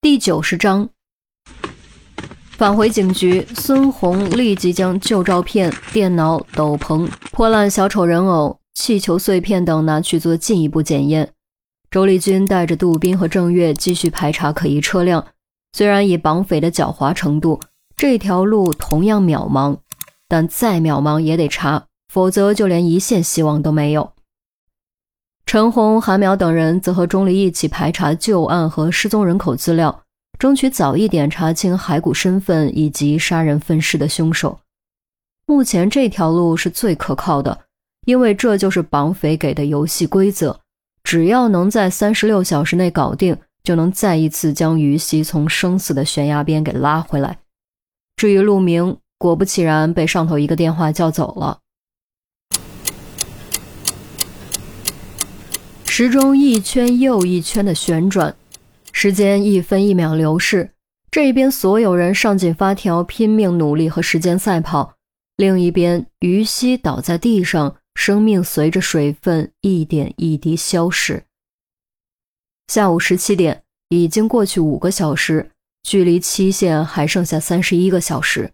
第90章。返回警局，孙红立即将旧照片、电脑、斗篷、破烂小丑人偶、气球碎片等拿去做进一步检验。周丽君带着杜宾和郑月继续排查可疑车辆。虽然以绑匪的狡猾程度，这条路同样渺茫，但再渺茫也得查，否则就连一线希望都没有。陈红、韩淼等人则和钟离一起排查旧案和失踪人口资料，争取早一点查清骸骨身份以及杀人分尸的凶手。目前这条路是最可靠的，因为这就是绑匪给的游戏规则，只要能在36小时内搞定，就能再一次将于西从生死的悬崖边给拉回来。至于陆明，果不其然被上头一个电话叫走了。时钟一圈又一圈的旋转，时间一分一秒流逝，这一边所有人上紧发条，拼命努力和时间赛跑，另一边于西倒在地上，生命随着水分一点一滴消逝。下午17点，已经过去5个小时，距离期限还剩下31个小时。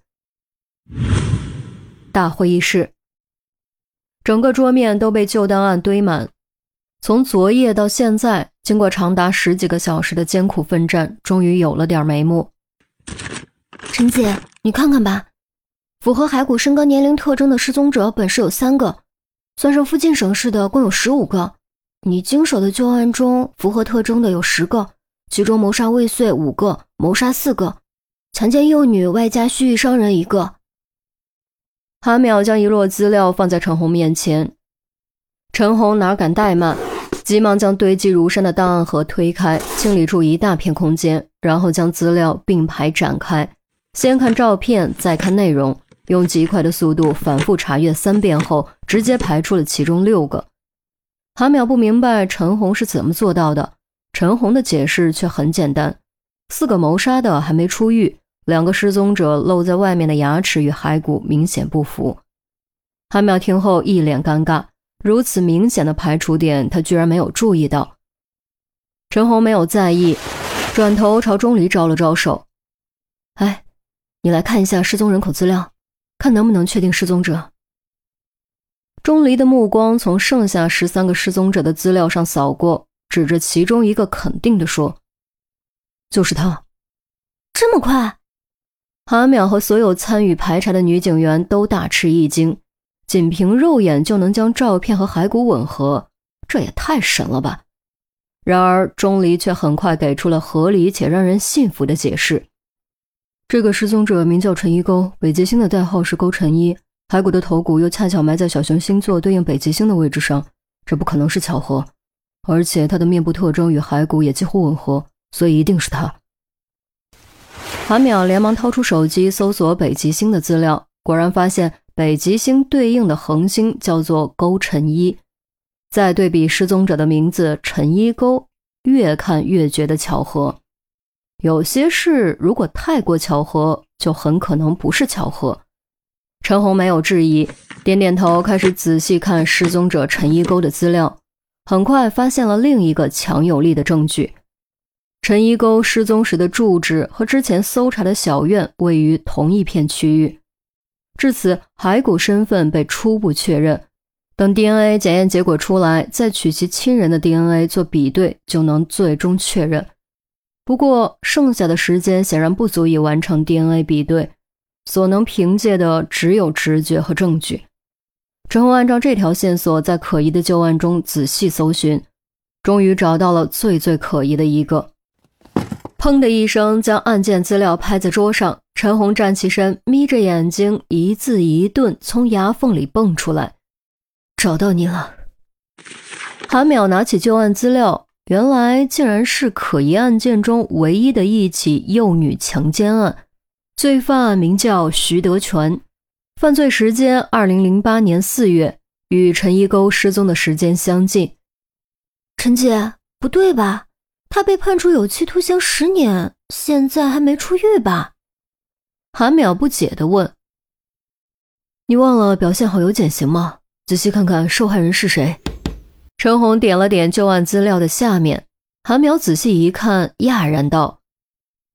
大会议室，整个桌面都被旧档案堆满。从昨夜到现在，经过长达10几个小时的艰苦奋战，终于有了点眉目。 陈姐，你看看吧，符合骸骨身高年龄特征的失踪者本市有3个，算上附近省市的共有15个。你经手的旧案中符合特征的有10个，其中谋杀未遂5个，谋杀4个，强奸幼女外加蓄意伤人1个。 韩淼将一摞资料放在陈红面前，陈红哪敢怠慢，急忙将堆积如山的档案盒推开，清理出一大片空间，然后将资料并排展开，先看照片，再看内容，用极快的速度反复查阅3遍后，直接排出了其中6个。韩淼不明白陈红是怎么做到的，陈红的解释却很简单，4个谋杀的还没出狱，2个失踪者露在外面的牙齿与骸骨明显不符。韩淼听后一脸尴尬，如此明显的排除点他居然没有注意到。陈红没有在意，转头朝钟离招了招手，哎，你来看一下失踪人口资料，看能不能确定失踪者。钟离的目光从剩下13个失踪者的资料上扫过，指着其中一个肯定地说，就是他。 这么快？ 韩淼和所有参与排查的女警员都大吃一惊，仅凭肉眼就能将照片和骸骨吻合，这也太神了吧。然而钟离却很快给出了合理且让人信服的解释。这个失踪者名叫陈一沟，北极星的代号是沟陈一，骸骨的头骨又恰巧埋在小熊星座对应北极星的位置上，这不可能是巧合，而且他的面部特征与骸骨也几乎吻合，所以一定是他。韩淼连忙掏出手机搜索北极星的资料，果然发现北极星对应的恒星叫做沟陈一，再对比失踪者的名字陈一沟，越看越觉得巧合。有些事如果太过巧合，就很可能不是巧合。陈红没有质疑，点点头，开始仔细看失踪者陈一沟的资料，很快发现了另一个强有力的证据。陈一沟失踪时的住址和之前搜查的小院位于同一片区域，至此骸骨身份被初步确认，等 DNA 检验结果出来，再取其亲人的 DNA 做比对，就能最终确认。不过剩下的时间显然不足以完成 DNA 比对，所能凭借的只有直觉和证据。陈红按照这条线索在可疑的旧案中仔细搜寻，终于找到了最可疑的一个。砰的一声将案件资料拍在桌上，陈红站起身，眯着眼睛一字一顿从牙缝里蹦出来，找到你了。韩淼拿起旧案资料，原来竟然是可疑案件中唯一的一起幼女强奸案，罪犯名叫徐德全，犯罪时间2008年4月，与陈一沟失踪的时间相近。 陈姐，不对吧？他被判处有期徒刑10年，现在还没出狱吧？ 韩淼不解地问。你忘了表现好有减刑吗？仔细看看受害人是谁。陈红点了点旧案资料的下面，韩淼仔细一看，讶然道，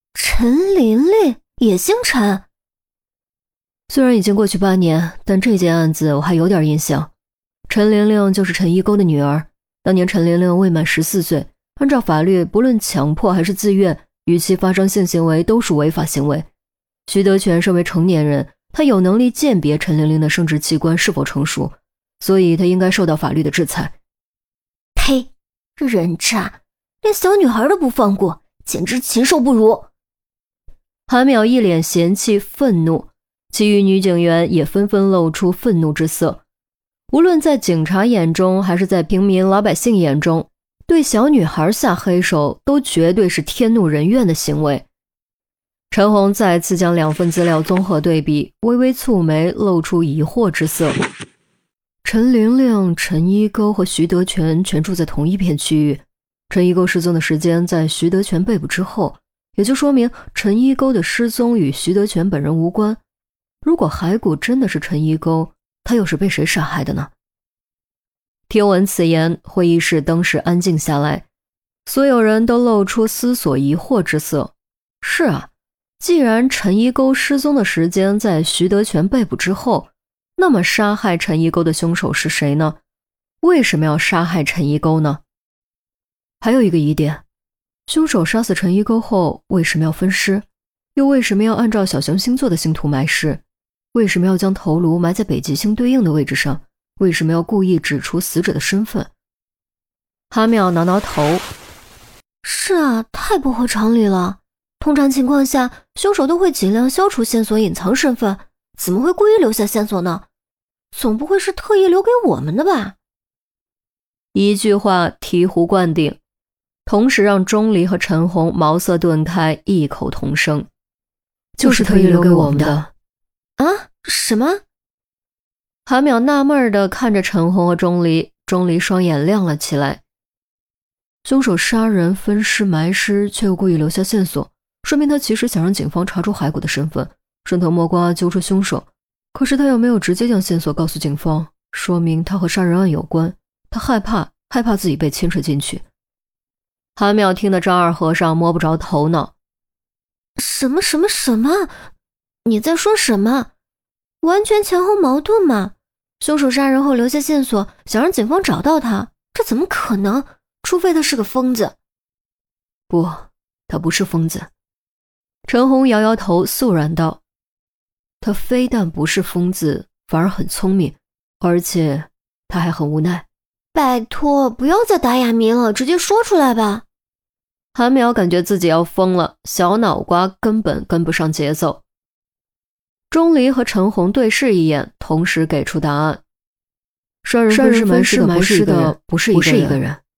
陈琳琳也姓陈？ 虽然已经过去8年，但这件案子我还有点印象。陈玲玲就是陈一沟的女儿，当年陈玲玲未满14岁，按照法律，不论强迫还是自愿，与其发生性行为都属违法行为。徐德全身为成年人，他有能力鉴别陈玲玲的生殖器官是否成熟，所以他应该受到法律的制裁。 呸！人渣，连小女孩都不放过，简直禽兽不如！ 韩淼一脸嫌弃愤怒，其余女警员也纷纷露出愤怒之色。无论在警察眼中还是在平民老百姓眼中，对小女孩下黑手都绝对是天怒人怨的行为。陈红再次将2份资料综合对比，微微蹙眉，露出疑惑之色。陈玲玲、陈一沟和徐德全全住在同一片区域，陈一沟失踪的时间在徐德全被捕之后，也就说明陈一沟的失踪与徐德全本人无关。如果骸骨真的是陈一沟，他又是被谁杀害的呢？听闻此言，会议室登时安静下来，所有人都露出思索疑惑之色。是啊，既然陈一沟失踪的时间在徐德全被捕之后，那么杀害陈一沟的凶手是谁呢？为什么要杀害陈一沟呢？还有一个疑点，凶手杀死陈一沟后为什么要分尸？又为什么要按照小行星座的星图埋尸？为什么要将头颅埋在北极星对应的位置上？为什么要故意指出死者的身份？韩淼挠挠头。 是啊，太不合常理了。通常情况下，凶手都会尽量消除线索，隐藏身份，怎么会故意留下线索呢？总不会是特意留给我们的吧？ 一句话醍醐灌顶，同时让钟离和陈红茅塞顿开，异口同声：就是特意留给我们的。 啊？什么？ 韩淼纳闷地看着陈红和钟离，钟离双眼亮了起来。凶手杀人、分尸、埋尸，却又故意留下线索，说明他其实想让警方查出骸骨的身份，顺藤摸瓜揪出凶手。可是他又没有直接将线索告诉警方，说明他和杀人案有关，他害怕自己被牵扯进去。韩淼听得丈二和尚摸不着头脑。 什么？你在说什么？完全前后矛盾嘛！凶手杀人后留下线索，想让警方找到他，这怎么可能？除非他是个疯子。 不，他不是疯子。陈红摇摇头，肃然道：他非但不是疯子，反而很聪明，而且他还很无奈。 拜托，不要再打哑谜了，直接说出来吧。 韩淼感觉自己要疯了，小脑瓜根本跟不上节奏。钟离和陈红对视一眼，同时给出答案：杀人分尸埋尸的不是一个人。